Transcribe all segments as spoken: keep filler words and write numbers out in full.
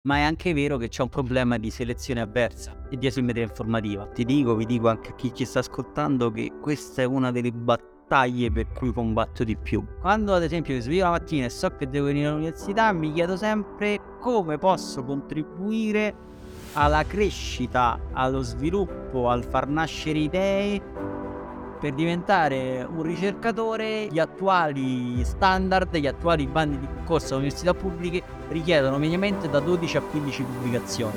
Ma è anche vero che c'è un problema di selezione avversa e di asimmetria informativa. Ti dico, vi dico anche a chi ci sta ascoltando che questa è una delle battaglie per cui combatto di più. Quando ad esempio mi sveglio la mattina e so che devo venire all'università, mi chiedo sempre come posso contribuire alla crescita, allo sviluppo, al far nascere idee per diventare un ricercatore. Gli attuali standard, gli attuali bandi di concorso alle università pubbliche richiedono mediamente da dodici a quindici pubblicazioni.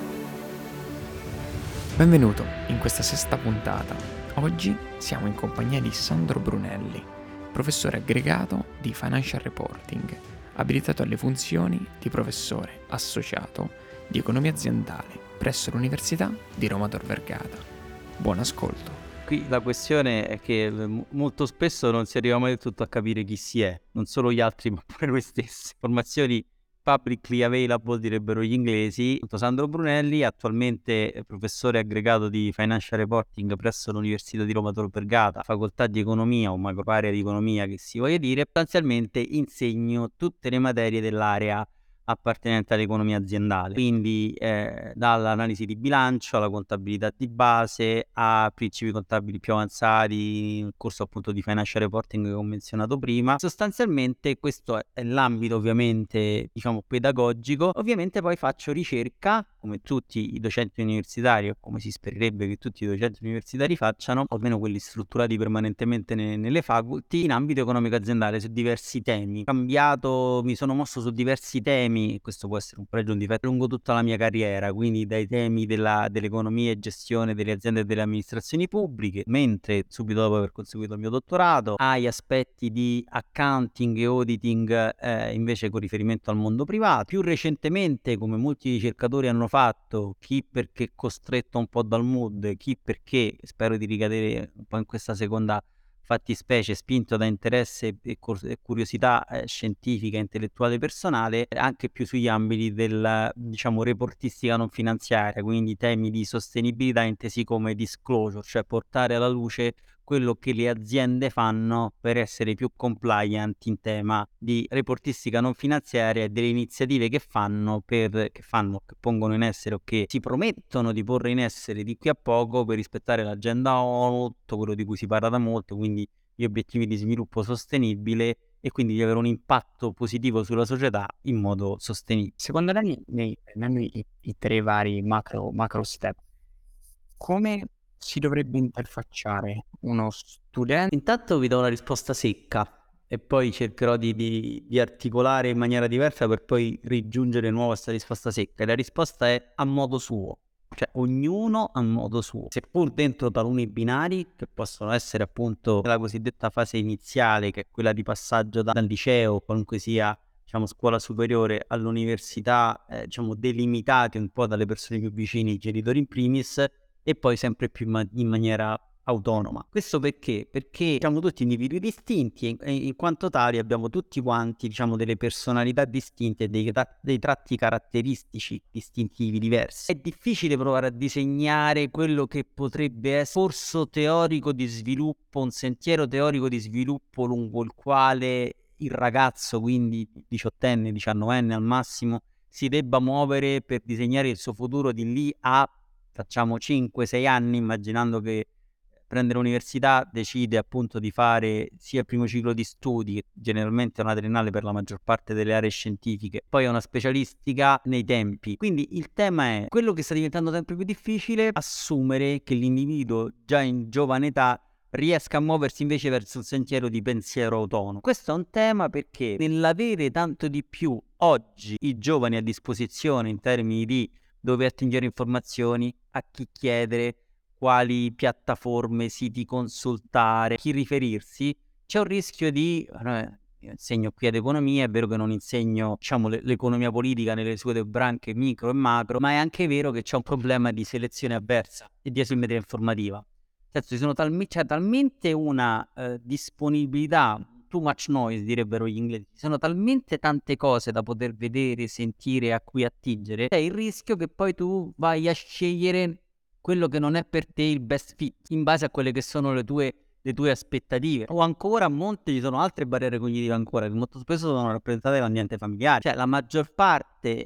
Benvenuto in questa sesta puntata. Oggi siamo in compagnia di Sandro Brunelli, professore aggregato di Financial Reporting, abilitato alle funzioni di professore associato di economia aziendale presso l'Università di Roma Tor Vergata. Buon ascolto. Qui la questione è che m- molto spesso non si arriva mai del tutto a capire chi si è, non solo gli altri ma pure noi stessi. Informazioni publicly available direbbero gli inglesi. Sandro Brunelli, attualmente è professore aggregato di Financial Reporting presso l'Università di Roma Tor Vergata, facoltà di economia o macroarea di economia che si voglia dire. Sostanzialmente insegno tutte le materie dell'area appartenente all'economia aziendale, quindi eh, dall'analisi di bilancio alla contabilità di base a principi contabili più avanzati, un corso appunto di financial reporting che ho menzionato prima. Sostanzialmente questo è l'ambito ovviamente diciamo pedagogico. Ovviamente poi faccio ricerca come tutti i docenti universitari, o come si spererebbe che tutti i docenti universitari facciano, o almeno quelli strutturati permanentemente ne- nelle faculty, in ambito economico aziendale su diversi temi. Ho cambiato, mi sono mosso su diversi temi, questo può essere un pregio o un difetto, lungo tutta la mia carriera, quindi dai temi della, dell'economia e gestione delle aziende e delle amministrazioni pubbliche, mentre subito dopo aver conseguito il mio dottorato, agli aspetti di accounting e auditing eh, invece con riferimento al mondo privato. Più recentemente, come molti ricercatori hanno fatto, chi perché costretto un po' dal mood, chi perché, spero di ricadere un po' in questa seconda fattispecie, spinto da interesse e, cur- e curiosità eh, scientifica, intellettuale personale, anche più sugli ambiti del, diciamo, reportistica non finanziaria, quindi temi di sostenibilità intesi come disclosure, cioè portare alla luce quello che le aziende fanno per essere più compliant in tema di reportistica non finanziaria e delle iniziative che fanno per che fanno, che pongono in essere o che si promettono di porre in essere di qui a poco per rispettare l'agenda ONU, tutto quello di cui si parla da molto, quindi gli obiettivi di sviluppo sostenibile e quindi di avere un impatto positivo sulla società in modo sostenibile. Secondo lei, nei, nei i, i tre vari macro, macro step, come si dovrebbe interfacciare uno studente? Intanto vi do una risposta secca e poi cercherò di, di- di articolare in maniera diversa per poi rigiungere nuovo a questa risposta secca. E la risposta è a modo suo, cioè ognuno a modo suo, seppur dentro taluni binari che possono essere appunto la cosiddetta fase iniziale, che è quella di passaggio da- dal liceo, qualunque sia diciamo scuola superiore, all'università, eh, diciamo delimitati un po' dalle persone più vicine, i genitori in primis, e poi sempre più in, ma- in maniera autonoma. Questo perché? Perché siamo tutti individui distinti e, e in quanto tali abbiamo tutti quanti, diciamo, delle personalità distinte e dei, tra- dei tratti caratteristici distintivi diversi. È difficile provare a disegnare quello che potrebbe essere un corso teorico di sviluppo, un sentiero teorico di sviluppo lungo il quale il ragazzo, quindi diciottenne, diciannovenne al massimo, si debba muovere per disegnare il suo futuro di lì a, facciamo, cinque sei anni, immaginando che prende l'università, decide appunto di fare sia il primo ciclo di studi, che generalmente è una triennale per la maggior parte delle aree scientifiche, poi è una specialistica nei tempi. Quindi il tema è quello che sta diventando sempre più difficile, assumere che l'individuo già in giovane età riesca a muoversi invece verso il sentiero di pensiero autonomo. Questo è un tema perché nell'avere tanto di più oggi i giovani a disposizione in termini di dove attingere informazioni, a chi chiedere, quali piattaforme, siti consultare, chi riferirsi, c'è un rischio di eh, io insegno qui ad economia, è vero che non insegno, diciamo, le- l'economia politica nelle sue branche micro e macro, ma è anche vero che c'è un problema di selezione avversa e di asimmetria informativa. Nel senso, ci sono talme- c'è talmente una eh, disponibilità, too much noise direbbero gli inglesi, ci sono talmente tante cose da poter vedere, sentire, a cui attingere, c'è il rischio che poi tu vai a scegliere quello che non è per te il best fit in base a quelle che sono le tue, le tue aspettative. O ancora a monte ci sono altre barriere cognitive ancora che molto spesso sono rappresentate dall'ambiente familiare. Cioè la maggior parte,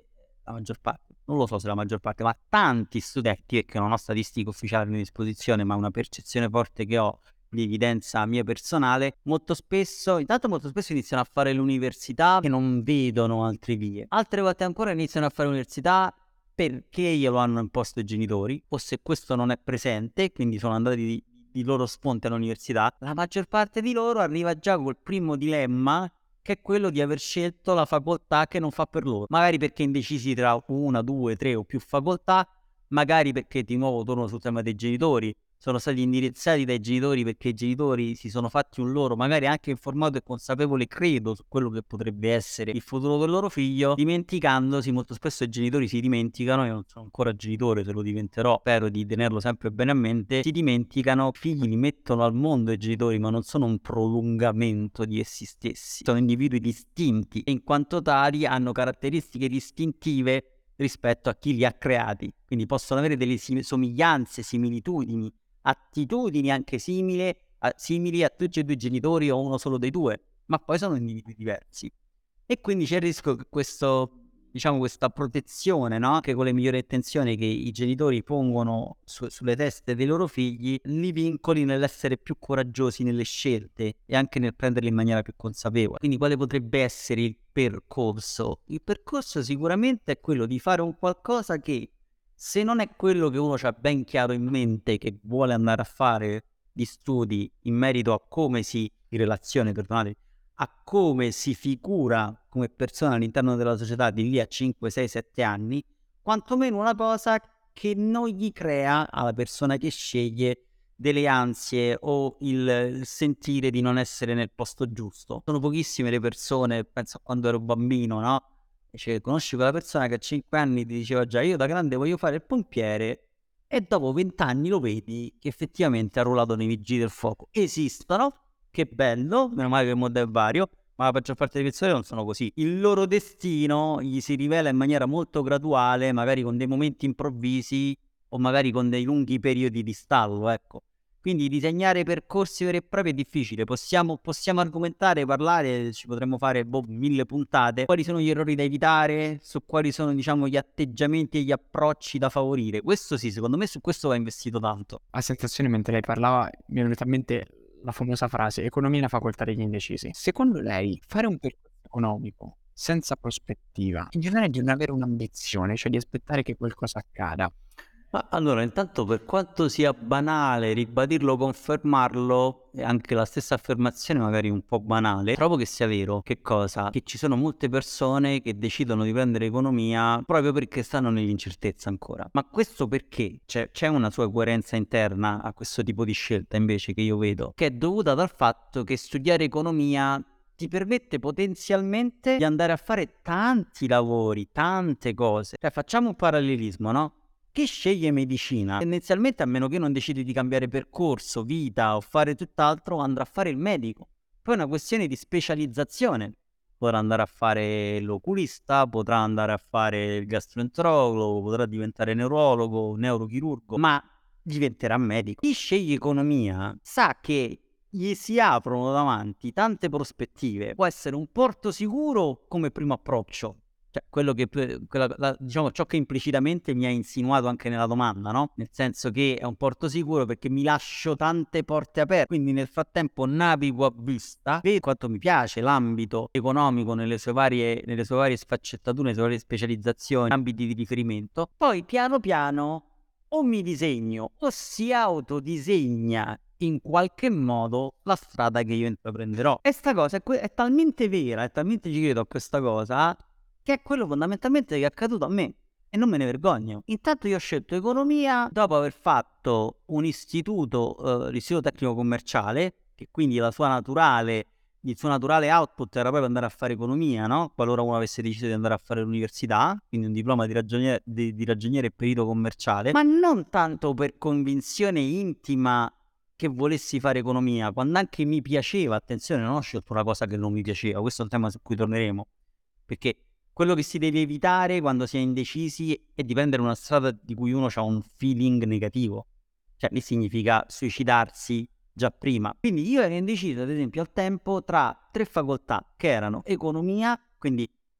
la maggior parte, non lo so se la maggior parte, ma tanti studenti, perché non ho statistiche ufficiali a disposizione, ma una percezione forte che ho di evidenza mia personale, molto spesso, intanto molto spesso iniziano a fare l'università che non vedono altre vie. Altre volte ancora iniziano a fare l'università perché glielo hanno imposto i genitori, o se questo non è presente, quindi sono andati di, di loro sponte all'università. La maggior parte di loro arriva già col primo dilemma, che è quello di aver scelto la facoltà che non fa per loro. Magari perché indecisi tra una, due, tre o più facoltà, magari perché, di nuovo torno sul tema dei genitori, sono stati indirizzati dai genitori perché i genitori si sono fatti un loro, magari anche informato e consapevole credo su quello che potrebbe essere il futuro del loro figlio, dimenticandosi, molto spesso i genitori si dimenticano, io non sono ancora genitore, se lo diventerò, spero di tenerlo sempre bene a mente, si dimenticano, figli li mettono al mondo i genitori, ma non sono un prolungamento di essi stessi, sono individui distinti e in quanto tali hanno caratteristiche distintive rispetto a chi li ha creati, quindi possono avere delle sim- somiglianze, similitudini, attitudini anche simili a, simili a tutti e due i genitori o uno solo dei due, ma poi sono individui diversi. E quindi c'è il rischio che questo, diciamo, questa protezione, no? Che con le migliori intenzioni che i genitori pongono su, sulle teste dei loro figli, li vincoli nell'essere più coraggiosi nelle scelte e anche nel prenderle in maniera più consapevole. Quindi quale potrebbe essere il percorso? Il percorso sicuramente è quello di fare un qualcosa che, se non è quello che uno ha ben chiaro in mente che vuole andare a fare di studi in merito a come si in relazione, perdonate, a come si figura come persona all'interno della società di lì a cinque, sei, sette anni, quantomeno una cosa che non gli crea alla persona che sceglie delle ansie o il, il sentire di non essere nel posto giusto. Sono pochissime le persone, penso a quando ero bambino, no? Dice, conosci quella persona che a cinque anni ti diceva già io da grande voglio fare il pompiere e dopo venti anni lo vedi che effettivamente ha ruolato nei vigili del fuoco. Esistono, che bello, meno male che il mondo è vario, ma la maggior parte delle persone non sono così. Il loro destino gli si rivela in maniera molto graduale, magari con dei momenti improvvisi o magari con dei lunghi periodi di stallo, ecco. Quindi disegnare percorsi veri e propri è difficile, possiamo, possiamo argomentare, parlare, ci potremmo fare boh, mille puntate, quali sono gli errori da evitare, su quali sono diciamo gli atteggiamenti e gli approcci da favorire. Questo sì, secondo me su questo va investito tanto. A sensazione, mentre lei parlava, mi è venuta in mente la famosa frase economia è una facoltà degli indecisi. Secondo lei fare un percorso economico senza prospettiva, in generale di non avere un'ambizione, cioè di aspettare che qualcosa accada, Ma allora, intanto per quanto sia banale ribadirlo, confermarlo, e anche la stessa affermazione magari un po' banale, trovo che sia vero. Che cosa? Che ci sono molte persone che decidono di prendere economia proprio perché stanno nell'incertezza ancora. Ma questo perché? C'è, c'è una sua coerenza interna a questo tipo di scelta invece che io vedo, che è dovuta dal fatto che studiare economia ti permette potenzialmente di andare a fare tanti lavori, tante cose. Cioè facciamo un parallelismo, no? Chi sceglie medicina, tendenzialmente a meno che non decidi di cambiare percorso, vita o fare tutt'altro, andrà a fare il medico. Poi è una questione di specializzazione. Potrà andare a fare l'oculista, potrà andare a fare il gastroenterologo, potrà diventare neurologo, neurochirurgo, ma diventerà medico. Chi sceglie economia sa che gli si aprono davanti tante prospettive. Può essere un porto sicuro come primo approccio. Cioè, quello che, quella, la, diciamo, ciò che implicitamente mi ha insinuato anche nella domanda, no? Nel senso che è un porto sicuro perché mi lascio tante porte aperte, quindi nel frattempo navigo a vista, vedo quanto mi piace l'ambito economico nelle sue varie, nelle sue varie sfaccettature, nelle sue varie specializzazioni, ambiti di riferimento, poi piano piano o mi disegno o si autodisegna in qualche modo la strada che io intraprenderò. E sta cosa è, que- è talmente vera, è talmente ci credo a questa cosa, che è quello fondamentalmente che è accaduto a me e non me ne vergogno. Intanto io ho scelto economia dopo aver fatto un istituto, eh, l'istituto tecnico commerciale, che quindi la sua naturale, il suo naturale output era proprio andare a fare economia, no? Qualora uno avesse deciso di andare a fare l'università, quindi un diploma di ragioniere, di, di ragioniere e perito commerciale, ma non tanto per convinzione intima che volessi fare economia, quando anche mi piaceva, attenzione, non ho scelto una cosa che non mi piaceva, questo è un tema su cui torneremo, perché quello che si deve evitare quando si è indecisi è di prendere una strada di cui uno ha un feeling negativo. Cioè, lì significa suicidarsi già prima. Quindi io ero indeciso, ad esempio, al tempo tra tre facoltà che erano economia, quindi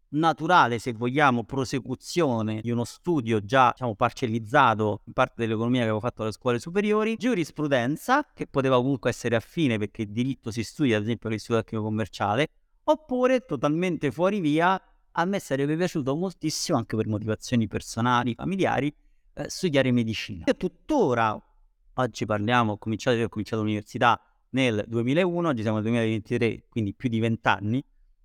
naturale, se vogliamo, prosecuzione di uno studio già, diciamo, parcellizzato in parte dell'economia che avevo fatto alle scuole superiori, giurisprudenza, che poteva comunque essere affine perché il diritto si studia, ad esempio, all'istituto tecnico commerciale, oppure totalmente fuori via. A me sarebbe piaciuto moltissimo, anche per motivazioni personali, familiari, eh, studiare medicina. Io tuttora, oggi parliamo, ho cominciato, io ho cominciato l'università nel duemilauno, oggi siamo nel duemilaventitré, quindi più di vent'anni.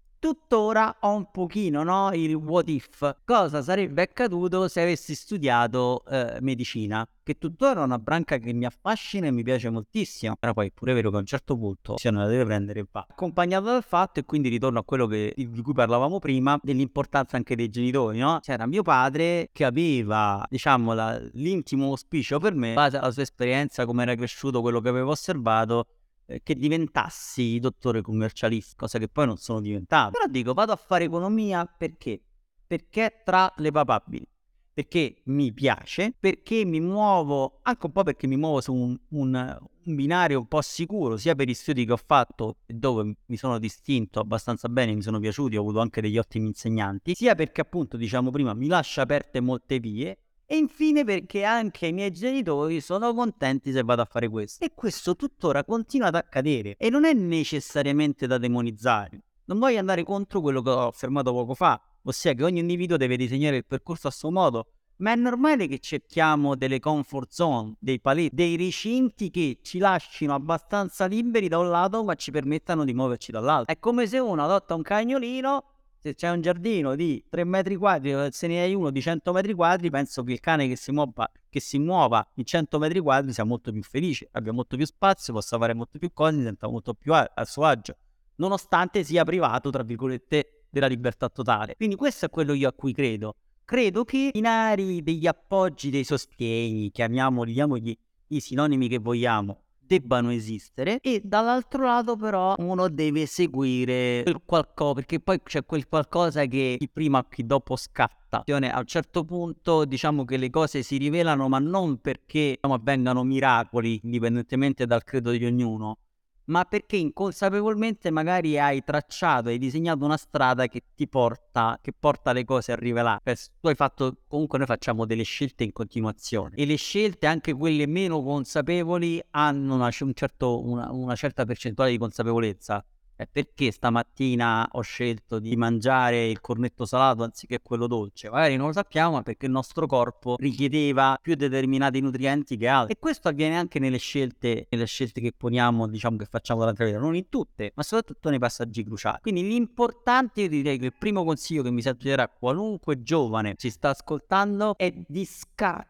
Tuttora ho un pochino, no, il what if, cosa sarebbe accaduto se avessi studiato eh, medicina, che tuttora è una branca che mi affascina e mi piace moltissimo, però poi è pure vero che a un certo punto se non la deve prendere e va. Accompagnato dal fatto, e quindi ritorno a quello che, di cui parlavamo prima, dell'importanza anche dei genitori, no? C'era mio padre che aveva, diciamo, la, l'intimo auspicio per me, in base alla sua esperienza, come era cresciuto, quello che avevo osservato, che diventassi dottore commercialista, cosa che poi non sono diventato. Però dico, vado a fare economia perché? Perché è tra le papabili, perché mi piace, perché mi muovo, anche un po' perché mi muovo su un, un, un binario un po' sicuro, sia per gli studi che ho fatto e dove mi sono distinto abbastanza bene, mi sono piaciuti, ho avuto anche degli ottimi insegnanti, sia perché appunto, diciamo prima, mi lascia aperte molte vie. E infine perché anche i miei genitori sono contenti se vado a fare questo. E questo tuttora continua ad accadere. E non è necessariamente da demonizzare. Non voglio andare contro quello che ho affermato poco fa, ossia che ogni individuo deve disegnare il percorso a suo modo. Ma è normale che cerchiamo delle comfort zone, dei paletti, dei recinti che ci lasciano abbastanza liberi da un lato ma ci permettano di muoverci dall'altro. È come se uno adotta un cagnolino. Se c'è un giardino di tre metri quadri, se ne hai uno di cento metri quadri, penso che il cane che si muova, che si muova in cento metri quadri sia molto più felice, abbia molto più spazio, possa fare molto più cose, si senta molto più a, a suo agio, nonostante sia privato, tra virgolette, della libertà totale. Quindi questo è quello io a cui credo. Credo che i binari degli appoggi, dei sostegni, chiamiamoli, diamogli i sinonimi che vogliamo, debbano esistere, e dall'altro lato però uno deve seguire quel qualcosa, perché poi c'è quel qualcosa che chi prima chi dopo scatta. A un certo punto diciamo che le cose si rivelano, ma non perché, diciamo, avvengano miracoli indipendentemente dal credo di ognuno, ma perché inconsapevolmente magari hai tracciato, hai disegnato una strada che ti porta, che porta le cose a rivelare. Tu hai fatto, comunque noi facciamo delle scelte in continuazione, e le scelte, anche quelle meno consapevoli, hanno una, un certo, una, una certa percentuale di consapevolezza. È perché stamattina ho scelto di mangiare il cornetto salato anziché quello dolce? Magari non lo sappiamo, ma perché il nostro corpo richiedeva più determinati nutrienti che altri. E questo avviene anche nelle scelte, nelle scelte che poniamo, diciamo, che facciamo durante la vita, non in tutte, ma soprattutto nei passaggi cruciali. Quindi l'importante, io direi che il primo consiglio che mi sento di dare a qualunque giovane ci sta ascoltando è di scartare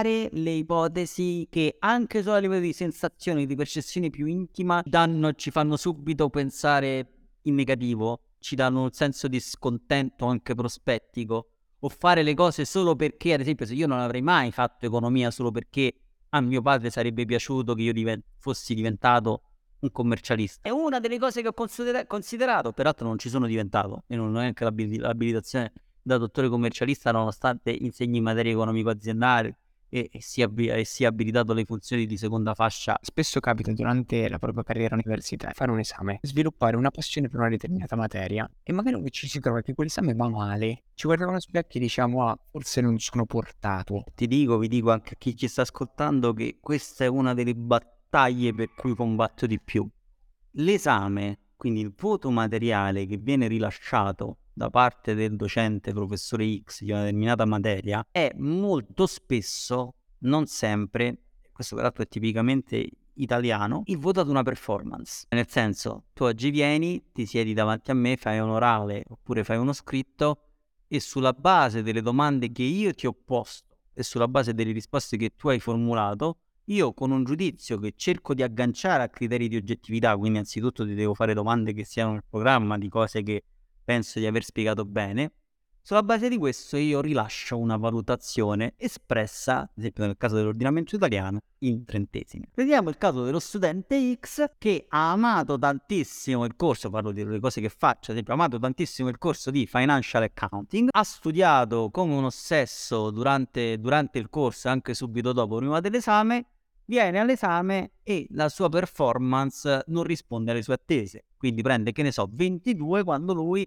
le ipotesi che anche solo a livello di sensazioni, di percezione più intima, danno, ci fanno subito pensare in negativo, ci danno un senso di scontento anche prospettico, o fare le cose solo perché, ad esempio, se io non avrei mai fatto economia solo perché a mio padre sarebbe piaciuto che io diven- fossi diventato un commercialista. È una delle cose che ho considera- considerato, peraltro non ci sono diventato, e non ho neanche l'abil- l'abilitazione da dottore commercialista, nonostante insegni in materia economico-aziendale e, e, sia, e sia abilitato alle funzioni di seconda fascia. Spesso capita durante la propria carriera universitaria fare un esame, sviluppare una passione per una determinata materia e magari ci si trova che quell'esame va male, ci guardiamo allo specchio e diciamo ah, forse non sono portato. Ti dico, vi dico anche a chi ci sta ascoltando che questa è una delle battaglie per cui combatto di più. L'esame, quindi il voto materiale che viene rilasciato da parte del docente professore X di una determinata materia, è molto spesso, non sempre, questo peraltro è tipicamente italiano, il voto ad una performance. Nel senso, tu oggi vieni, ti siedi davanti a me, fai un orale oppure fai uno scritto, e sulla base delle domande che io ti ho posto e sulla base delle risposte che tu hai formulato, io, con un giudizio che cerco di agganciare a criteri di oggettività, quindi anzitutto ti devo fare domande che siano nel programma, di cose che penso di aver spiegato bene, sulla base di questo io rilascio una valutazione espressa, ad esempio nel caso dell'ordinamento italiano, in trentesimi. Vediamo il caso dello studente X che ha amato tantissimo il corso, parlo delle cose che faccio, ad esempio ha amato tantissimo il corso di Financial Accounting, ha studiato come un ossesso durante, durante il corso e anche subito dopo, prima dell'esame, viene all'esame e la sua performance non risponde alle sue attese, quindi prende, che ne so, ventidue quando lui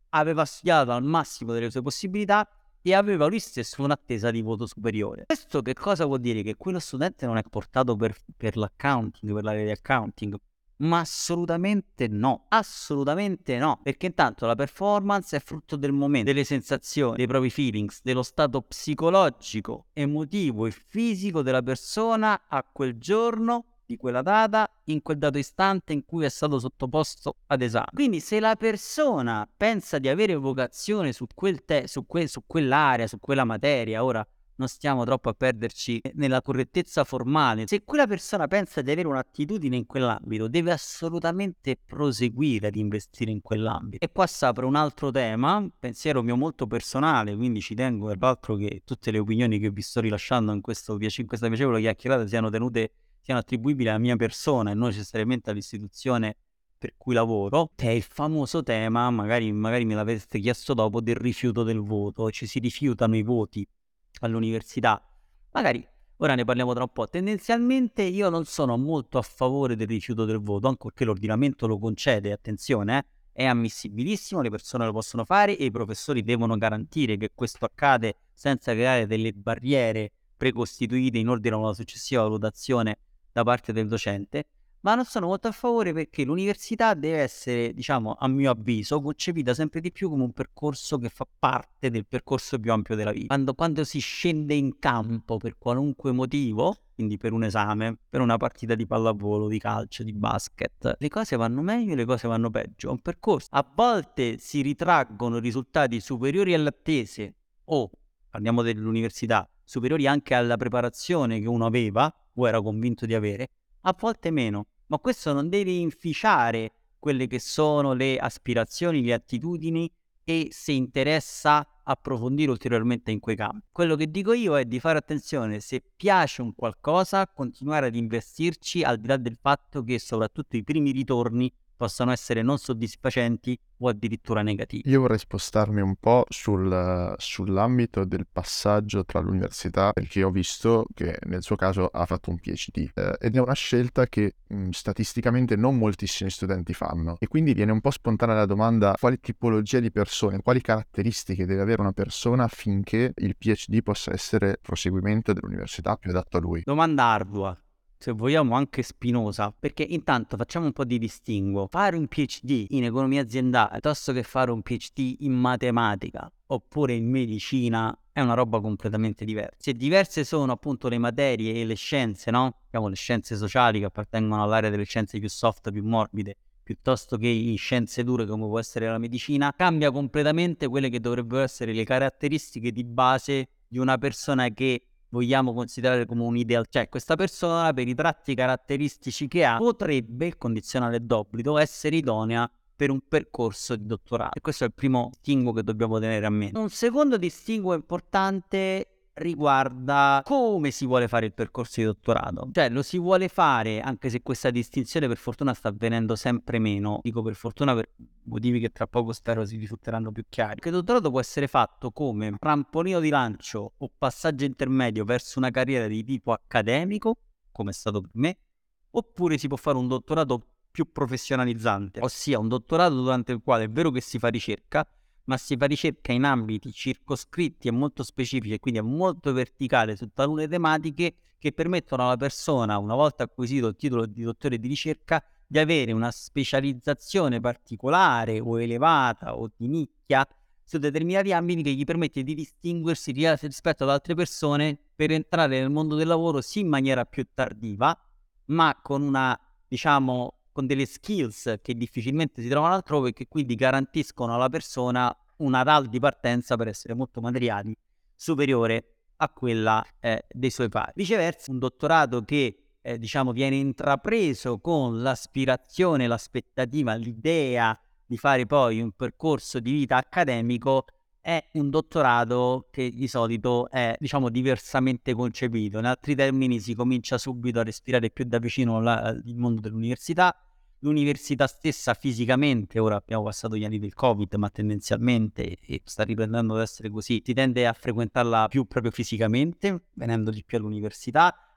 aveva studiato al massimo delle sue possibilità e aveva lui stesso un'attesa di voto superiore. Questo che cosa vuol dire? Che quello studente non è portato per, per l'accounting, per l'area di accounting? Ma assolutamente no, assolutamente no, perché intanto la performance è frutto del momento, delle sensazioni, dei propri feelings, dello stato psicologico, emotivo e fisico della persona a quel giorno, di quella data, in quel dato istante in cui è stato sottoposto ad esame. Quindi se la persona pensa di avere vocazione su quel te- su, que- su quell'area, su quella materia, ora non stiamo troppo a perderci nella correttezza formale, se quella persona pensa di avere un'attitudine in quell'ambito, deve assolutamente proseguire ad investire in quell'ambito. E qua si apre un altro tema, pensiero mio molto personale, quindi ci tengo per l'altro che tutte le opinioni che vi sto rilasciando in, questo, in questa piacevole chiacchierata siano tenute siano attribuibili alla mia persona e non necessariamente all'istituzione per cui lavoro, che è il famoso tema, magari, magari me l'avete chiesto dopo, del rifiuto del voto. Ci si rifiutano i voti all'università. Magari ora ne parliamo tra un po'. Tendenzialmente io non sono molto a favore del rifiuto del voto, ancorché l'ordinamento lo concede, attenzione, eh, è ammissibilissimo, le persone lo possono fare e i professori devono garantire che questo accade senza creare delle barriere precostituite in ordine a una successiva valutazione da parte del docente, ma non sono molto a favore perché l'università deve essere, diciamo, a mio avviso, concepita sempre di più come un percorso che fa parte del percorso più ampio della vita. Quando, quando si scende in campo per qualunque motivo, quindi per un esame, per una partita di pallavolo, di calcio, di basket, le cose vanno meglio e le cose vanno peggio. È un percorso. A volte si ritraggono risultati superiori alle attese o, parliamo dell'università, superiori anche alla preparazione che uno aveva o era convinto di avere, a volte meno, ma questo non deve inficiare quelle che sono le aspirazioni, le attitudini e se interessa approfondire ulteriormente in quei campi. Quello che dico io è di fare attenzione, se piace un qualcosa, continuare ad investirci al di là del fatto che soprattutto i primi ritorni possano essere non soddisfacenti o addirittura negativi. Io vorrei spostarmi un po' sul, sull'ambito del passaggio tra l'università, perché ho visto che nel suo caso ha fatto un PhD eh, ed è una scelta che mh, statisticamente non moltissimi studenti fanno, e quindi viene un po' spontanea la domanda: quali tipologie di persone, quali caratteristiche deve avere una persona affinché il PhD possa essere il proseguimento dell'università più adatto a lui? Domanda ardua, se vogliamo anche spinosa, perché intanto facciamo un po' di distinguo. Fare un PhD in economia aziendale piuttosto che fare un PhD in matematica oppure in medicina è una roba completamente diversa. Se diverse sono appunto le materie e le scienze, no? Diciamo le scienze sociali che appartengono all'area delle scienze più soft, più morbide, piuttosto che in scienze dure come può essere la medicina, cambia completamente quelle che dovrebbero essere le caratteristiche di base di una persona che vogliamo considerare come un ideal, cioè questa persona per i tratti caratteristici che ha potrebbe, il condizionale d'obbligo, essere idonea per un percorso di dottorato. E questo è il primo distinguo che dobbiamo tenere a mente. Un secondo distinguo importante riguarda come si vuole fare il percorso di dottorato. Cioè lo si vuole fare, anche se questa distinzione per fortuna sta avvenendo sempre meno, dico per fortuna per motivi che tra poco spero si risulteranno più chiari, che il dottorato può essere fatto come trampolino di lancio o passaggio intermedio verso una carriera di tipo accademico, come è stato per me, oppure si può fare un dottorato più professionalizzante, ossia un dottorato durante il quale è vero che si fa ricerca, ma si fa ricerca in ambiti circoscritti e molto specifici e quindi è molto verticale su talune tematiche che permettono alla persona, una volta acquisito il titolo di dottore di ricerca, di avere una specializzazione particolare o elevata o di nicchia su determinati ambiti che gli permette di distinguersi rispetto ad altre persone per entrare nel mondo del lavoro sì in maniera più tardiva, ma con una, diciamo, con delle skills che difficilmente si trovano altrove e che quindi garantiscono alla persona una R A L di partenza, per essere molto materiali, superiore a quella eh, dei suoi pari. Viceversa, un dottorato che eh, diciamo viene intrapreso con l'aspirazione, l'aspettativa, l'idea di fare poi un percorso di vita accademico è un dottorato che di solito è, diciamo, diversamente concepito. In altri termini, si comincia subito a respirare più da vicino la, il mondo dell'università. L'università stessa fisicamente, ora abbiamo passato gli anni del Covid, ma tendenzialmente, e sta riprendendo ad essere così, si tende a frequentarla più proprio fisicamente, venendo di più all'università.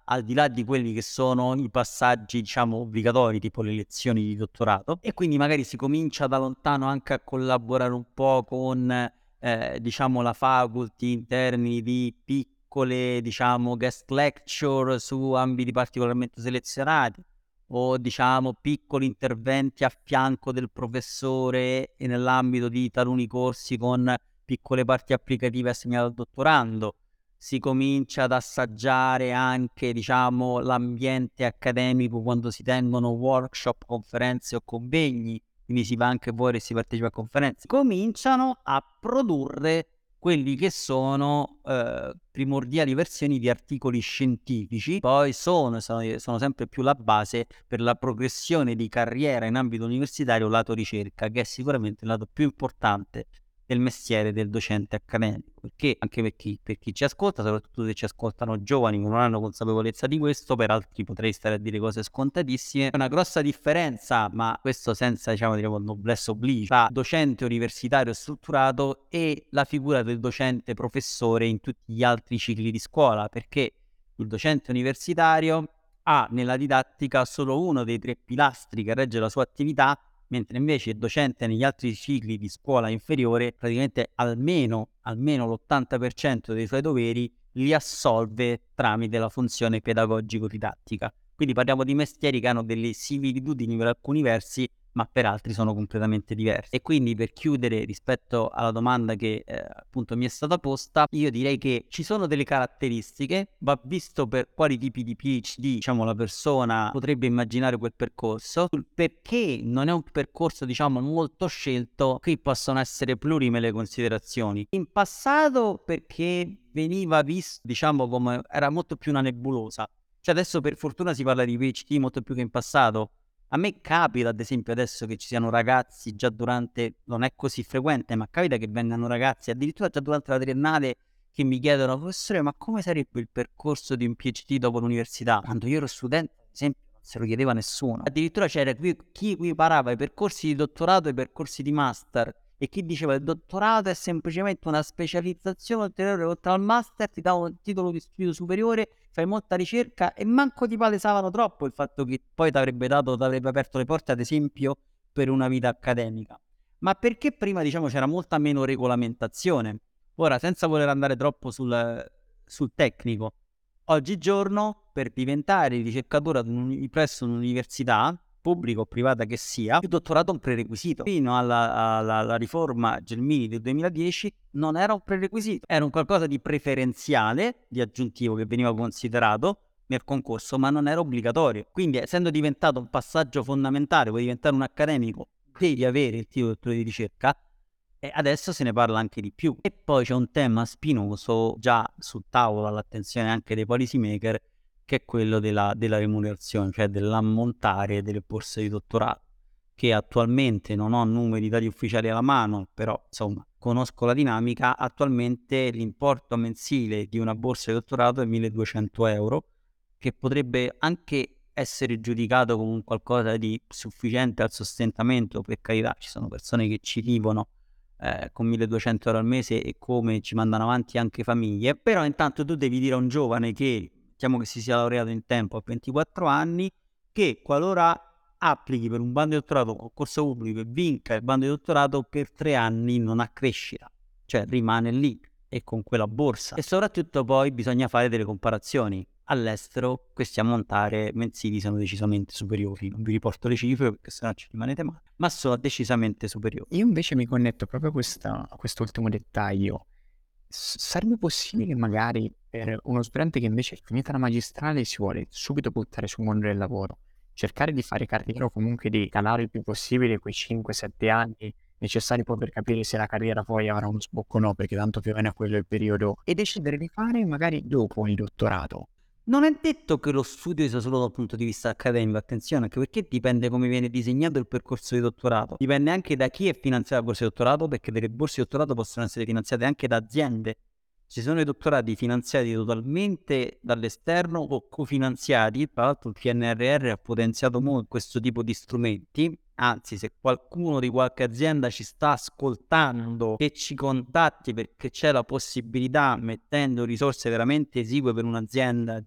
al di là di quelli che sono i passaggi, diciamo, obbligatori, tipo le lezioni di dottorato, e quindi magari si comincia da lontano anche a collaborare un po' con, eh, diciamo, la faculty in termini di piccole, diciamo, guest lecture su ambiti particolarmente selezionati, o diciamo piccoli interventi a fianco del professore e nell'ambito di taluni corsi con piccole parti applicative assegnate al dottorando. Si comincia ad assaggiare anche, diciamo, l'ambiente accademico quando si tengono workshop, conferenze o convegni, quindi si va anche fuori e si partecipa a conferenze. Cominciano a produrre quelli che sono eh, primordiali versioni di articoli scientifici, poi sono, sono, sono sempre più la base per la progressione di carriera in ambito universitario lato ricerca, che è sicuramente il lato più importante del mestiere del docente accademico, perché anche per chi, per chi ci ascolta, soprattutto se ci ascoltano giovani che non hanno consapevolezza di questo, per altri potrei stare a dire cose scontatissime, è una grossa differenza, ma questo senza, diciamo, diciamo noblesse oblige, tra docente universitario strutturato e la figura del docente professore in tutti gli altri cicli di scuola, perché il docente universitario ha nella didattica solo uno dei tre pilastri che regge la sua attività, mentre invece il docente negli altri cicli di scuola inferiore praticamente almeno, almeno l'ottanta per cento dei suoi doveri li assolve tramite la funzione pedagogico-didattica. Quindi parliamo di mestieri che hanno delle similitudini per alcuni versi, ma per altri sono completamente diversi. E quindi, per chiudere rispetto alla domanda che eh, appunto mi è stata posta, io direi che ci sono delle caratteristiche, va visto per quali tipi di PhD, diciamo, la persona potrebbe immaginare quel percorso, perché non è un percorso, diciamo, molto scelto. Qui possono essere plurime le considerazioni. In passato perché veniva visto, diciamo, come era molto più una nebulosa. Cioè adesso per fortuna si parla di PhD molto più che in passato. A me capita, ad esempio, adesso che ci siano ragazzi già durante, non è così frequente, ma capita che vengano ragazzi, addirittura già durante la triennale, che mi chiedono: professore, ma come sarebbe il percorso di un PhD dopo l'università? Quando io ero studente, ad esempio, non se lo chiedeva nessuno. Addirittura c'era qui, chi equiparava i percorsi di dottorato ai percorsi di master, e chi diceva il dottorato è semplicemente una specializzazione ulteriore oltre al master, ti dà un titolo di studio superiore, fai molta ricerca, e manco ti palesavano troppo il fatto che poi ti avrebbe dato, ti avrebbe aperto le porte, ad esempio, per una vita accademica. Ma perché prima, diciamo, c'era molta meno regolamentazione. Ora, senza voler andare troppo sul, sul tecnico, oggigiorno per diventare ricercatore presso un'università, pubblica o privata che sia, il dottorato è un prerequisito. Fino alla, alla, alla riforma Gelmini del duemiladieci non era un prerequisito, era un qualcosa di preferenziale, di aggiuntivo, che veniva considerato nel concorso, ma non era obbligatorio. Quindi, essendo diventato un passaggio fondamentale, vuoi diventare un accademico, devi avere il titolo di dottore di ricerca, e adesso se ne parla anche di più. E poi c'è un tema spinoso già sul tavolo, all'attenzione anche dei policy maker, che è quello della, della remunerazione, cioè dell'ammontare delle borse di dottorato, che attualmente non ho numeri, dati ufficiali alla mano, però insomma conosco la dinamica. Attualmente l'importo mensile di una borsa di dottorato è milleduecento euro, che potrebbe anche essere giudicato come un qualcosa di sufficiente al sostentamento. Per carità, ci sono persone che ci vivono eh, con milleduecento euro al mese e come ci mandano avanti anche famiglie, però intanto tu devi dire a un giovane che, diciamo, che si sia laureato in tempo a ventiquattro anni, che qualora applichi per un bando di dottorato, concorso pubblico, e vinca il bando di dottorato, per tre anni non ha crescita, cioè rimane lì e con quella borsa. E soprattutto poi bisogna fare delle comparazioni. All'estero questi ammontari mensili sono decisamente superiori. Non vi riporto le cifre perché sennò ci rimanete male, ma sono decisamente superiori. Io invece mi connetto proprio a, questa, a quest'ultimo dettaglio. S- sarebbe possibile che magari per uno studente che invece è finita la magistrale si vuole subito buttare sul mondo del lavoro, cercare di fare carriera o comunque di calare il più possibile quei cinque sette anni necessari poi per capire se la carriera poi avrà uno sbocco o no, perché tanto più o meno è quello il periodo, e decidere di fare magari dopo il dottorato. Non è detto che lo studio sia solo dal punto di vista accademico, attenzione, anche perché dipende come viene disegnato il percorso di dottorato. Dipende anche da chi è finanziato la borsa di dottorato, perché delle borse di dottorato possono essere finanziate anche da aziende. Ci sono i dottorati finanziati totalmente dall'esterno o cofinanziati. Tra l'altro il P N R R ha potenziato molto questo tipo di strumenti. Anzi, se qualcuno di qualche azienda ci sta ascoltando, che ci contatti, perché c'è la possibilità, mettendo risorse veramente esigue per un'azienda, di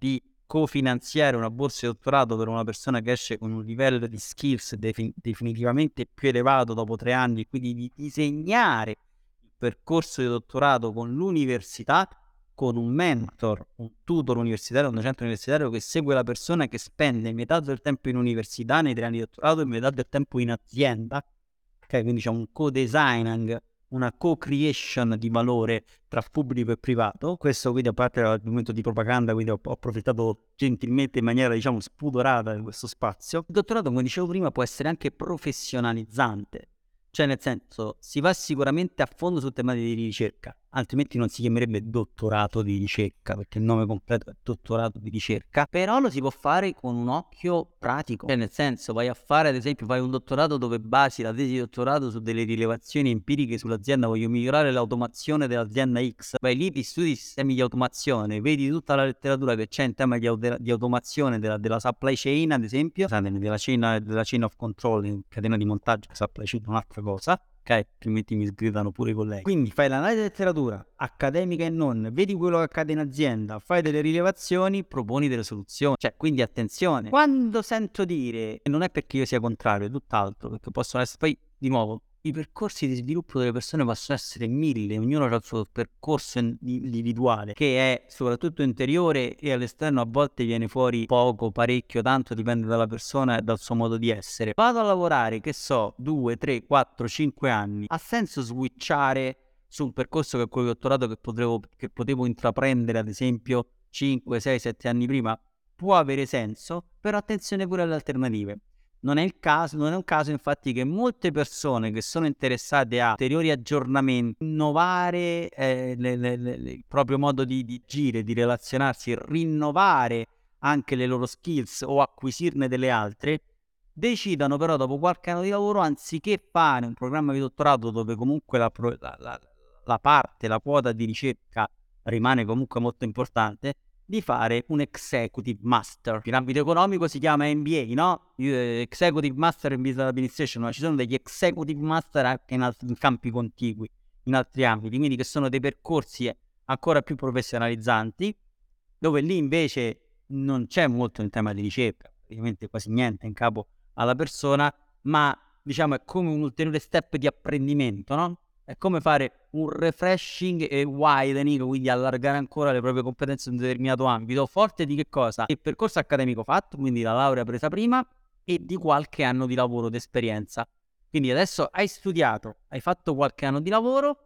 cofinanziare una borsa di dottorato per una persona che esce con un livello di skills defin- definitivamente più elevato dopo tre anni, e quindi di disegnare il percorso di dottorato con l'università, con un mentor, un tutor universitario, un docente universitario che segue la persona, che spende metà del tempo in università nei tre anni di dottorato e metà del tempo in azienda. Ok, quindi c'è un co-designing, una co-creation di valore tra pubblico e privato. Questo quindi, a parte l'argomento di propaganda, quindi ho, ho approfittato gentilmente in maniera, diciamo, spudorata di questo spazio. Il dottorato, come dicevo prima, può essere anche professionalizzante. Cioè, nel senso, si va sicuramente a fondo su tematiche di ricerca, altrimenti non si chiamerebbe dottorato di ricerca, perché il nome completo è dottorato di ricerca, però lo si può fare con un occhio pratico. Cioè, nel senso, vai a fare, ad esempio, fai un dottorato dove basi la tesi di dottorato su delle rilevazioni empiriche sull'azienda, voglio migliorare l'automazione dell'azienda X, vai lì, ti studi i sistemi di automazione, vedi tutta la letteratura che c'è in tema di, auto- di automazione della, della supply chain, ad esempio, della chain, della chain of control, in catena di montaggio, supply chain è un'altra cosa, ok? Altrimenti mi sgridano pure i colleghi. Quindi fai l'analisi della letteratura, accademica e non, vedi quello che accade in azienda, fai delle rilevazioni, proponi delle soluzioni. Cioè, quindi attenzione, quando sento dire, e non è perché io sia contrario, è tutt'altro, perché possono essere, poi di nuovo, i percorsi di sviluppo delle persone possono essere mille, ognuno ha il suo percorso individuale, che è soprattutto interiore e all'esterno a volte viene fuori poco, parecchio, tanto, dipende dalla persona e dal suo modo di essere. Vado a lavorare, che so, due, tre, quattro, cinque anni, ha senso switchare su un percorso che è quello di dottorato che potevo, che potevo intraprendere, ad esempio, cinque, sei, sette anni prima? Può avere senso, però attenzione pure alle alternative. Non è il caso, non è un caso infatti che molte persone che sono interessate a ulteriori aggiornamenti, innovare eh, le, le, le, il proprio modo di, di agire, di relazionarsi, rinnovare anche le loro skills o acquisirne delle altre, decidano però dopo qualche anno di lavoro, anziché fare un programma di dottorato dove comunque la, la, la, la parte, la quota di ricerca rimane comunque molto importante, di fare un Executive Master. In ambito economico si chiama M B A, no? Executive Master in Business Administration, ma ci sono degli Executive Master anche in, altri, in campi contigui, in altri ambiti, quindi che sono dei percorsi ancora più professionalizzanti, dove lì invece non c'è molto in tema di ricerca, praticamente quasi niente in capo alla persona, ma diciamo è come un ulteriore step di apprendimento, no? È come fare un refreshing e widening, quindi allargare ancora le proprie competenze in un determinato ambito, forte di che cosa? Il percorso accademico fatto, quindi la laurea presa prima, e di qualche anno di lavoro d'esperienza. Quindi adesso hai studiato, hai fatto qualche anno di lavoro,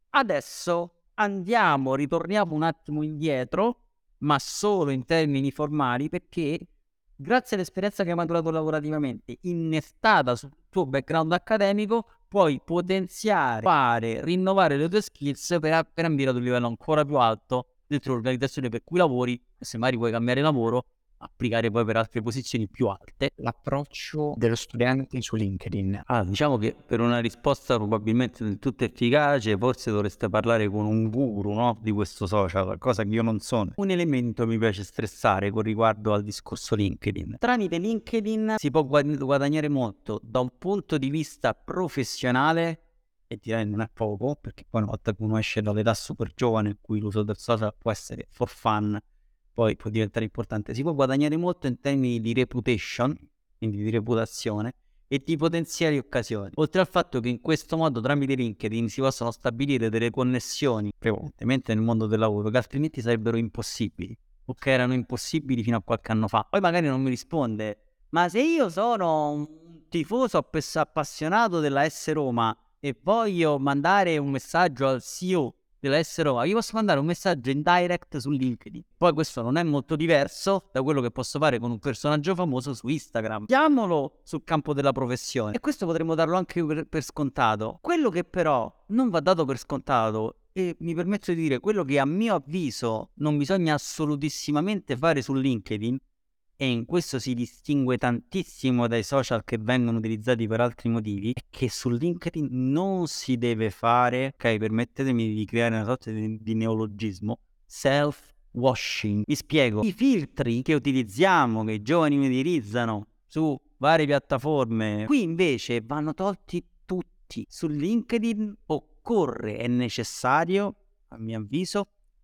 adesso andiamo, ritorniamo un attimo indietro, ma solo in termini formali, perché grazie all'esperienza che hai maturato lavorativamente, innestata sul tuo background accademico, puoi potenziare, fare, rinnovare le tue skills per, per ambire ad un livello ancora più alto dentro l'organizzazione per cui lavori, e se magari vuoi cambiare lavoro, applicare poi per altre posizioni più alte. L'approccio dello studente su LinkedIn. Ah, diciamo che per una risposta probabilmente del tutto efficace, forse dovreste parlare con un guru, no? Di questo social, cosa che io non sono. Un elemento mi piace stressare con riguardo al discorso LinkedIn. Tramite LinkedIn si può guadagnare molto da un punto di vista professionale, e direi non è poco, perché poi una volta che uno esce dall'età super giovane in cui l'uso del social può essere for fun, poi può diventare importante, si può guadagnare molto in termini di reputation, quindi di reputazione, e di potenziali occasioni. Oltre al fatto che in questo modo tramite LinkedIn si possono stabilire delle connessioni, prevalentemente nel mondo del lavoro, che altrimenti sarebbero impossibili, o che erano impossibili fino a qualche anno fa. Poi magari non mi risponde, ma se io sono un tifoso appassionato della S Roma e voglio mandare un messaggio al C E O della S Roma, io posso mandare un messaggio in direct su LinkedIn. Poi questo non è molto diverso da quello che posso fare con un personaggio famoso su Instagram. Diamolo sul campo della professione, e questo potremmo darlo anche per, per scontato. Quello che però non va dato per scontato, e mi permetto di dire quello che a mio avviso non bisogna assolutissimamente fare su LinkedIn, e in questo si distingue tantissimo dai social che vengono utilizzati per altri motivi, è che su LinkedIn non si deve fare, ok, permettetemi di creare una sorta di, di neologismo, self-washing. Vi spiego, i filtri che utilizziamo, che i giovani utilizzano su varie piattaforme, qui invece vanno tolti tutti. Su LinkedIn occorre, è necessario, a mio avviso,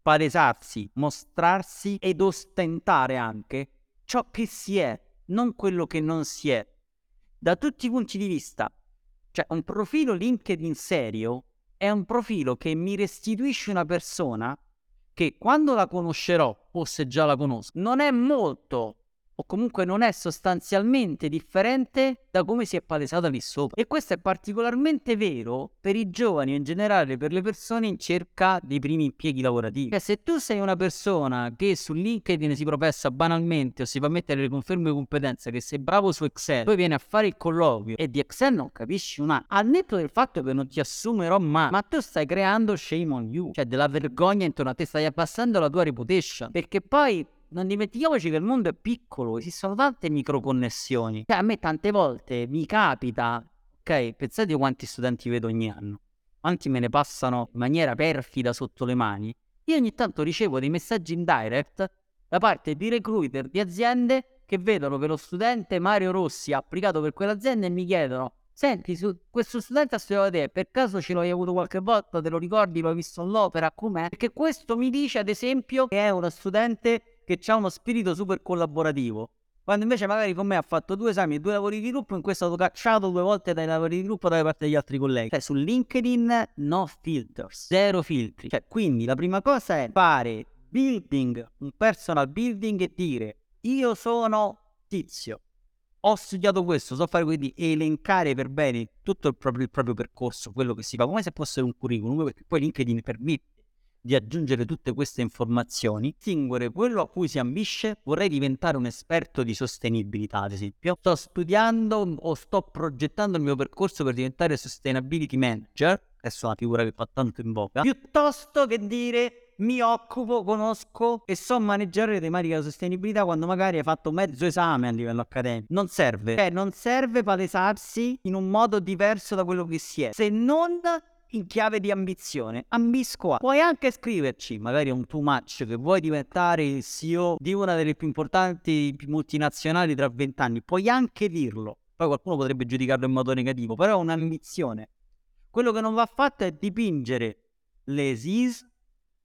palesarsi, mostrarsi ed ostentare anche ciò che si è, non quello che non si è, da tutti i punti di vista. Cioè, un profilo LinkedIn serio è un profilo che mi restituisce una persona che quando la conoscerò, o se già la conosco, non è molto, o comunque non è sostanzialmente differente da come si è palesata lì sopra. E questo è particolarmente vero per i giovani e in generale per le persone in cerca dei primi impieghi lavorativi. Cioè, se tu sei una persona che su LinkedIn si professa banalmente o si fa mettere le conferme di competenza che sei bravo su Excel, poi vieni a fare il colloquio e di Excel non capisci una, al netto del fatto che non ti assumerò mai, ma tu stai creando shame on you, cioè della vergogna intorno a te, stai abbassando la tua reputation, perché poi non dimentichiamoci che il mondo è piccolo, esistono tante microconnessioni. Cioè, a me tante volte mi capita, ok, pensate quanti studenti vedo ogni anno, quanti me ne passano in maniera perfida sotto le mani. Io ogni tanto ricevo dei messaggi in direct da parte di recruiter di aziende che vedono che lo studente Mario Rossi ha applicato per quell'azienda e mi chiedono: senti, su questo studente ha studiato da te, per caso ce l'hai avuto qualche volta, te lo ricordi, l'hai visto all'opera, com'è? Perché questo mi dice ad esempio che è uno studente che ha uno spirito super collaborativo, quando invece magari con me ha fatto due esami e due lavori di gruppo, in cui è stato cacciato due volte dai lavori di gruppo da parte degli altri colleghi. Cioè, su LinkedIn no filters, zero filtri. Cioè, quindi la prima cosa è fare building, un personal building, e dire: io sono Tizio, ho studiato questo, so fare, quindi elencare per bene tutto il proprio, il proprio percorso, quello che si fa, come se fosse un curriculum, perché poi LinkedIn permette di aggiungere tutte queste informazioni, distinguere quello a cui si ambisce. Vorrei diventare un esperto di sostenibilità, ad esempio. Sto studiando o sto progettando il mio percorso per diventare sustainability manager, adesso è una figura che fa tanto in voga, piuttosto che dire: mi occupo, conosco e so maneggiare le tematiche della sostenibilità, quando magari hai fatto mezzo esame a livello accademico. Non serve. Cioè, non serve palesarsi in un modo diverso da quello che si è, se non in chiave di ambizione. Ambisco a. Puoi anche scriverci, magari un too much, che vuoi diventare il C E O di una delle più importanti multinazionali tra vent'anni. Puoi anche dirlo. Poi qualcuno potrebbe giudicarlo in modo negativo, però è un'ambizione. Quello che non va fatto è dipingere le S I S,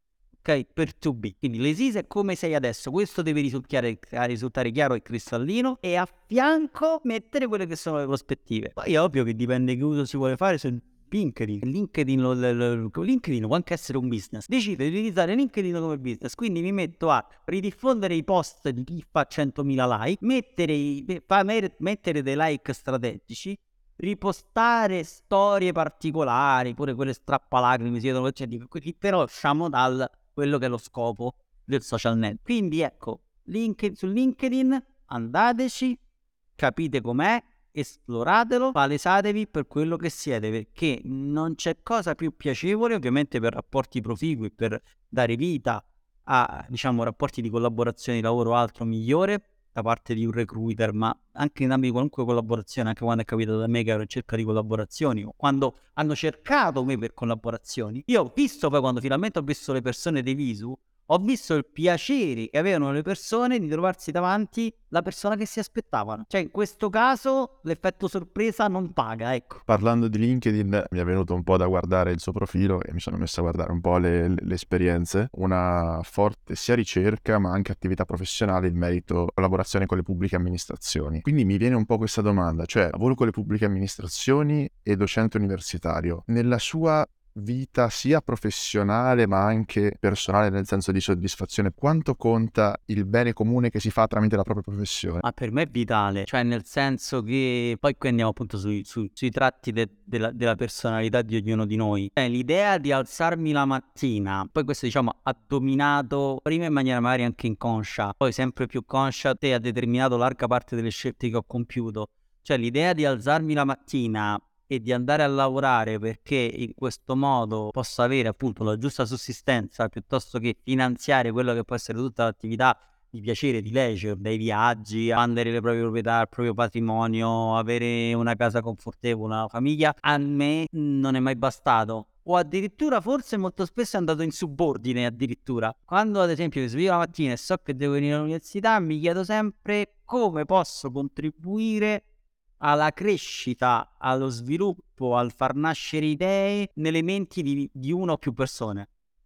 ok, per to be. Quindi le S I S è come sei adesso. Questo deve risultare, risultare chiaro e cristallino, e a fianco mettere quelle che sono le prospettive. Poi è ovvio che dipende che uso si vuole fare su LinkedIn. LinkedIn, lo, lo, lo, LinkedIn può anche essere un business. Decido di utilizzare LinkedIn come business, quindi mi metto a ridiffondere i post di chi fa centomila like, mettere, i, fa, mettere dei like strategici, ripostare storie particolari, pure quelle strappalacrime, cioè, però usciamo dal quello che è lo scopo del social net. Quindi ecco, link, su LinkedIn andateci, capite com'è, esploratelo, palesatevi per quello che siete, perché non c'è cosa più piacevole, ovviamente per rapporti proficui, per dare vita a, diciamo, rapporti di collaborazione di lavoro, altro migliore da parte di un recruiter, ma anche in ambito di qualunque collaborazione, anche quando è capitato da me che ero in cerca di collaborazioni, o quando hanno cercato me per collaborazioni. Io ho visto poi, quando finalmente ho visto le persone dei Visu, ho visto il piacere che avevano le persone di trovarsi davanti la persona che si aspettavano. Cioè, in questo caso l'effetto sorpresa non paga, ecco. Parlando di LinkedIn, mi è venuto un po' da guardare il suo profilo e mi sono messo a guardare un po' le, le, le esperienze. Una forte sia ricerca ma anche attività professionale in merito a collaborazione con le pubbliche amministrazioni. Quindi mi viene un po' questa domanda, cioè lavoro con le pubbliche amministrazioni e docente universitario. Nella sua vita sia professionale ma anche personale, nel senso di soddisfazione, quanto conta il bene comune che si fa tramite la propria professione? Ma per me è vitale, cioè nel senso che poi qui andiamo appunto sui, sui, sui tratti de, della, della personalità di ognuno di noi. Cioè, l'idea di alzarmi la mattina, poi questo diciamo ha dominato prima in maniera magari anche inconscia, poi sempre più conscia, te ha determinato larga parte delle scelte che ho compiuto. Cioè l'idea di alzarmi la mattina e di andare a lavorare perché in questo modo posso avere appunto la giusta sussistenza, piuttosto che finanziare quello che può essere tutta l'attività di piacere, di leisure, dai viaggi, a vendere le proprie proprietà, il proprio patrimonio, avere una casa confortevole, una famiglia, a me non è mai bastato. O addirittura forse molto spesso è andato in subordine addirittura. Quando ad esempio mi sveglio la mattina e so che devo venire all'università, mi chiedo sempre come posso contribuire alla crescita, allo sviluppo, al far nascere idee nelle menti di, di una o più persone.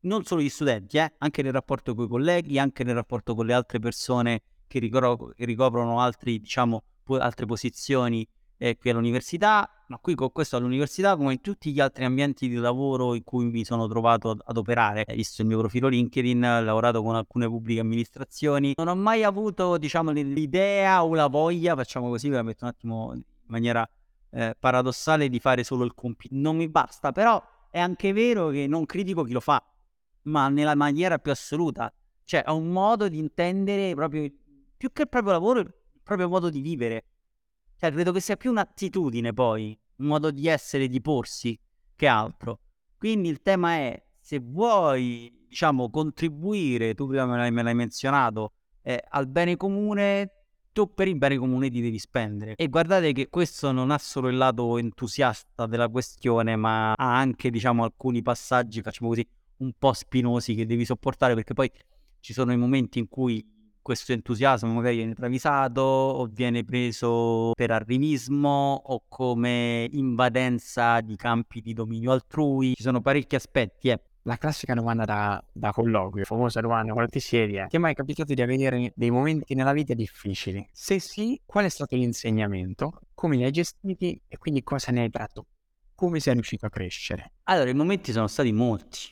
non solo gli studenti, eh, anche nel rapporto con i colleghi, anche nel rapporto con le altre persone che, ricro- che ricoprono altri, diciamo, po- altre posizioni eh, qui all'università, ma qui con questo all'università come in tutti gli altri ambienti di lavoro in cui mi sono trovato ad, ad operare. Hai visto il mio profilo LinkedIn, ho lavorato con alcune pubbliche amministrazioni, non ho mai avuto, diciamo, l'idea o la voglia, facciamo così, ve la metto un attimo in maniera eh, paradossale, di fare solo il compito. Non mi basta, però è anche vero che non critico chi lo fa, ma nella maniera più assoluta. Cioè, è un modo di intendere proprio, più che il proprio lavoro, il proprio modo di vivere. Cioè, credo che sia più un'attitudine poi, un modo di essere, di porsi, che altro. Quindi il tema è, se vuoi, diciamo, contribuire, tu prima me l'hai, me l'hai menzionato, eh, al bene comune, tu per il bene comune ti devi spendere. E guardate che questo non ha solo il lato entusiasta della questione, ma ha anche, diciamo, alcuni passaggi, facciamo così, un po' spinosi che devi sopportare, perché poi ci sono i momenti in cui questo entusiasmo magari viene travisato o viene preso per arrivismo o come invadenza di campi di dominio altrui. Ci sono parecchi aspetti, eh. La classica domanda da, da colloquio, famosa domanda, quando ti siedi è: ti è mai capitato di avere dei momenti nella vita difficili? Se sì, qual è stato l'insegnamento? Come li hai gestiti e quindi cosa ne hai tratto? Come sei riuscito a crescere? Allora, i momenti sono stati molti.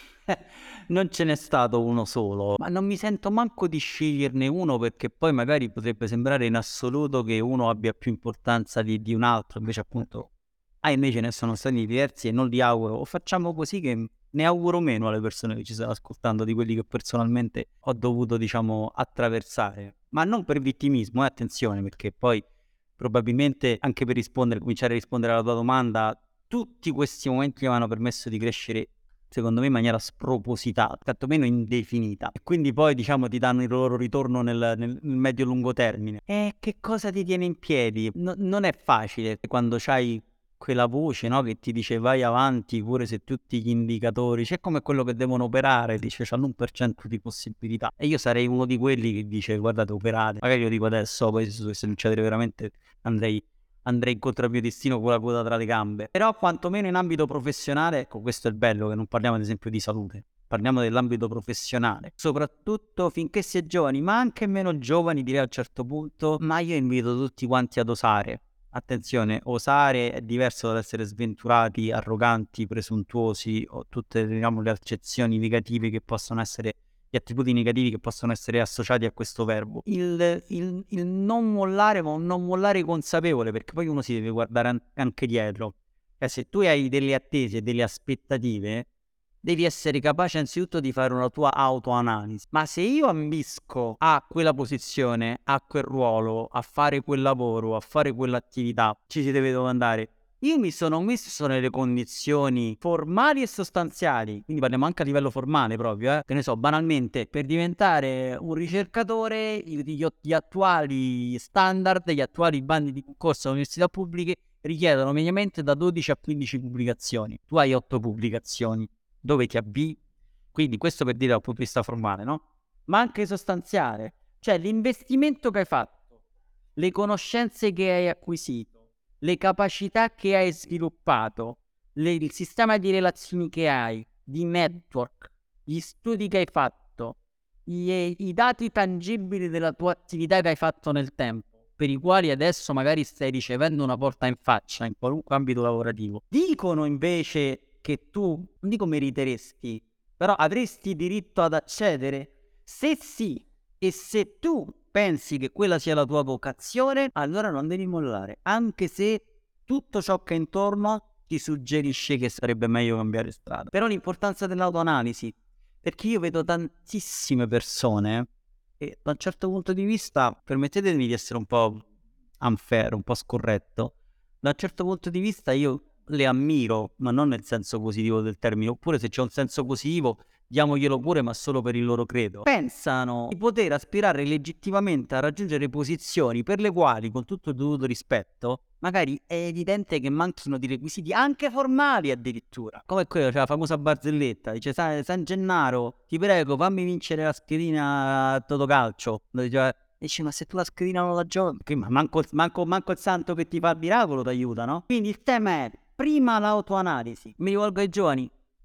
Non ce n'è stato uno solo, ma non mi sento manco di sceglierne uno, perché poi magari potrebbe sembrare in assoluto che uno abbia più importanza di, di un altro, invece appunto, ah, invece ne sono stati diversi e non li auguro, o facciamo così che ne auguro meno alle persone che ci stanno ascoltando di quelli che personalmente ho dovuto, diciamo, attraversare, ma non per vittimismo, eh, attenzione, perché poi probabilmente anche per rispondere, cominciare a rispondere alla tua domanda, tutti questi momenti mi hanno permesso di crescere, secondo me, in maniera spropositata, tantomeno indefinita, e quindi poi, diciamo, ti danno il loro ritorno nel, nel medio-lungo termine. E che cosa ti tiene in piedi? No, non è facile quando c'hai quella voce, no, che ti dice vai avanti pure se tutti gli indicatori, c'è come quello che devono operare, dice c'hanno un per cento di possibilità, e io sarei uno di quelli che dice guardate, operate, magari lo dico adesso, poi se dovesse succedere veramente andrei andrei incontro al mio destino con la coda tra le gambe. Però quantomeno in ambito professionale, ecco, questo è il bello, che non parliamo ad esempio di salute, parliamo dell'ambito professionale, soprattutto finché si è giovani, ma anche meno giovani direi a un certo punto. Ma io invito tutti quanti ad osare. Attenzione, osare è diverso dall'essere sventurati, arroganti, presuntuosi, o tutte, diciamo, le accezioni negative che possono essere, gli attributi negativi che possono essere associati a questo verbo. Il, il, il non mollare, ma un non mollare consapevole, perché poi uno si deve guardare an- anche dietro. Cioè, se tu hai delle attese, delle aspettative, devi essere capace anzitutto di fare una tua autoanalisi. Ma se io ambisco a quella posizione, a quel ruolo, a fare quel lavoro, a fare quell'attività, ci si deve domandare: io mi sono messo nelle condizioni formali e sostanziali, quindi parliamo anche a livello formale proprio, eh? Che ne so, banalmente, per diventare un ricercatore, gli, gli attuali standard, gli attuali bandi di concorso alle università pubbliche richiedono mediamente da dodici a quindici pubblicazioni. Tu hai otto pubblicazioni, dove ti avvii? Quindi questo per dire dal punto di vista formale, no? Ma anche sostanziale, cioè l'investimento che hai fatto, le conoscenze che hai acquisito, le capacità che hai sviluppato, le, il sistema di relazioni che hai, di network, gli studi che hai fatto, gli, i dati tangibili della tua attività che hai fatto nel tempo, per i quali adesso magari stai ricevendo una porta in faccia in qualunque ambito lavorativo, dicono invece che tu, non dico meriteresti, però avresti diritto ad accedere? Se sì, e se tu pensi che quella sia la tua vocazione, allora non devi mollare, anche se tutto ciò che è intorno ti suggerisce che sarebbe meglio cambiare strada. Però l'importanza dell'autoanalisi, perché io vedo tantissime persone e da un certo punto di vista, permettetemi di essere un po' unfair, un po' scorretto, da un certo punto di vista io le ammiro, ma non nel senso positivo del termine, oppure se c'è un senso positivo diamoglielo pure, ma solo per il loro credo. Pensano di poter aspirare legittimamente a raggiungere posizioni per le quali, con tutto il dovuto rispetto, magari è evidente che manchino di requisiti anche formali addirittura. Come quello, cioè la famosa barzelletta, dice San, San Gennaro, ti prego fammi vincere la schedina a Totocalcio. Dice, dice, ma se tu la schedina non la giochi, ma manco, manco, manco il santo che ti fa il miracolo ti aiuta, no? Quindi il tema è prima l'autoanalisi. Mi rivolgo ai giovani: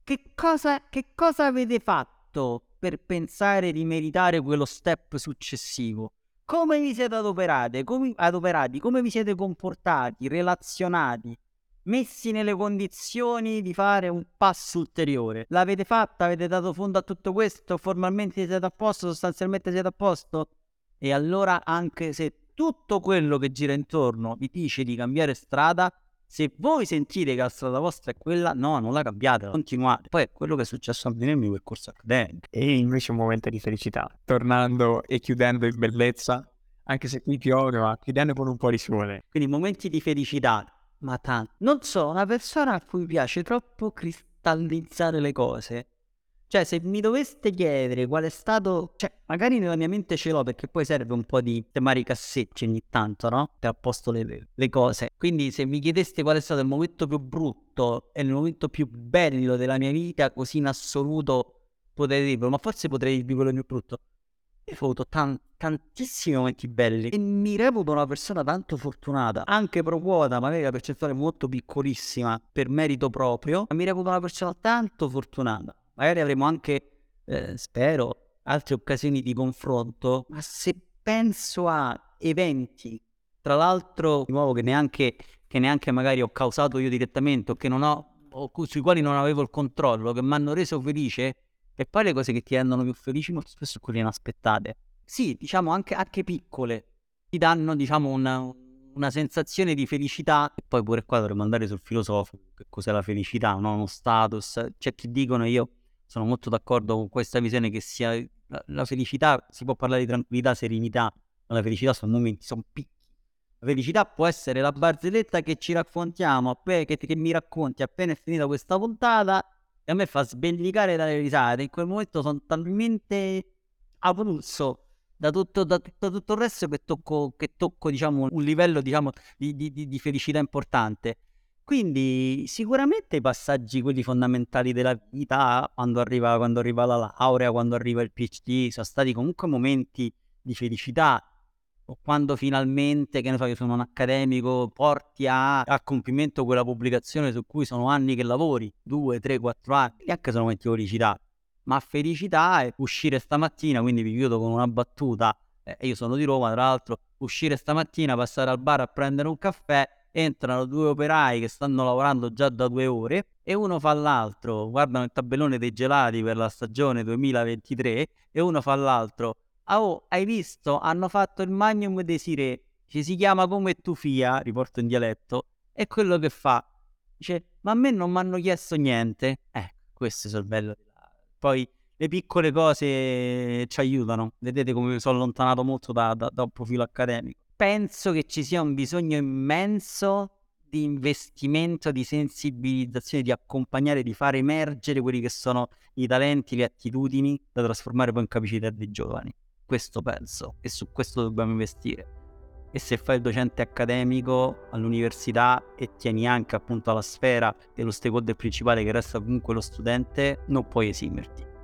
che cosa, che cosa avete fatto per pensare di meritare quello step successivo? Come vi siete adoperati? Come, adoperati? Come vi siete comportati, relazionati, messi nelle condizioni di fare un passo ulteriore? L'avete fatta? Avete dato fondo a tutto questo? Formalmente siete a posto? Sostanzialmente siete a posto? E allora, anche se tutto quello che gira intorno vi dice di cambiare strada, se voi sentite che la strada vostra è quella, no, non la cambiate, continuate. Poi è quello che è successo a me nel mio percorso accademico. E invece un momento di felicità, tornando e chiudendo in bellezza, anche se qui piove, ma chiudendo con un po' di sole. Quindi momenti di felicità, ma tanto. Non so, una persona a cui piace troppo cristallizzare le cose. Cioè, se mi doveste chiedere qual è stato... Cioè, magari nella mia mente ce l'ho, perché poi serve un po' di temare i cassetti ogni tanto, no? Per a posto le, le cose. Quindi se mi chiedeste qual è stato il momento più brutto e il momento più bello della mia vita, così in assoluto potrei dirlo, ma forse potrei dirvi quello più brutto. Io ho avuto tan- tantissimi momenti belli e mi reputo una persona tanto fortunata, anche pro quota, magari la percentuale è molto piccolissima per merito proprio, ma mi reputo una persona tanto fortunata. Magari avremo anche, eh, spero, altre occasioni di confronto, ma se penso a eventi, tra l'altro, di nuovo, che neanche, che neanche magari ho causato io direttamente o che non ho, o cu- sui quali non avevo il controllo, che mi hanno reso felice, e poi le cose che ti rendono più felici molto spesso sono quelle inaspettate. Sì, diciamo anche, anche piccole, ti danno, diciamo, una, una sensazione di felicità. E poi pure qua dovremmo andare sul filosofico, che cos'è la felicità, no? Uno status. C'è chi dicono, io sono molto d'accordo con questa visione, che sia la, la felicità, si può parlare di tranquillità, serenità, ma la felicità sono momenti, sono picchi. La felicità può essere la barzelletta che ci raccontiamo, appe- che, che mi racconti appena è finita questa puntata, e a me fa sbellicare dalle risate. In quel momento sono talmente avulso da tutto, da, da tutto il resto, che tocco, che tocco diciamo, un livello, diciamo, di, di, di, di felicità importante. Quindi sicuramente i passaggi, quelli fondamentali della vita, quando arriva, quando arriva la laurea, quando arriva il PhD, sono stati comunque momenti di felicità. O quando finalmente, che ne so, io sono un accademico, porti a, a compimento quella pubblicazione su cui sono anni che lavori, due, tre, quattro anni, e anche sono momenti di felicità. Ma felicità è uscire stamattina, quindi vi chiudo con una battuta, eh, io sono di Roma tra l'altro, uscire stamattina, passare al bar a prendere un caffè, entrano due operai che stanno lavorando già da due ore e uno fa l'altro, guardano il tabellone dei gelati per la stagione duemilaventitré e uno fa l'altro: ah, oh, hai visto? Hanno fatto il Magnum Desiré, ci si chiama come tu fia, riporto in dialetto, e quello che fa, dice, ma a me non mi hanno chiesto niente. Eh, questo è il bello. Poi le piccole cose ci aiutano, vedete come mi sono allontanato molto da, da, da un profilo accademico. Penso che ci sia un bisogno immenso di investimento, di sensibilizzazione, di accompagnare, di far emergere quelli che sono i talenti, le attitudini da trasformare poi in capacità dei giovani. Questo penso, e su questo dobbiamo investire. E se fai il docente accademico all'università e tieni anche appunto alla sfera dello stakeholder principale che resta comunque lo studente, non puoi esimerti.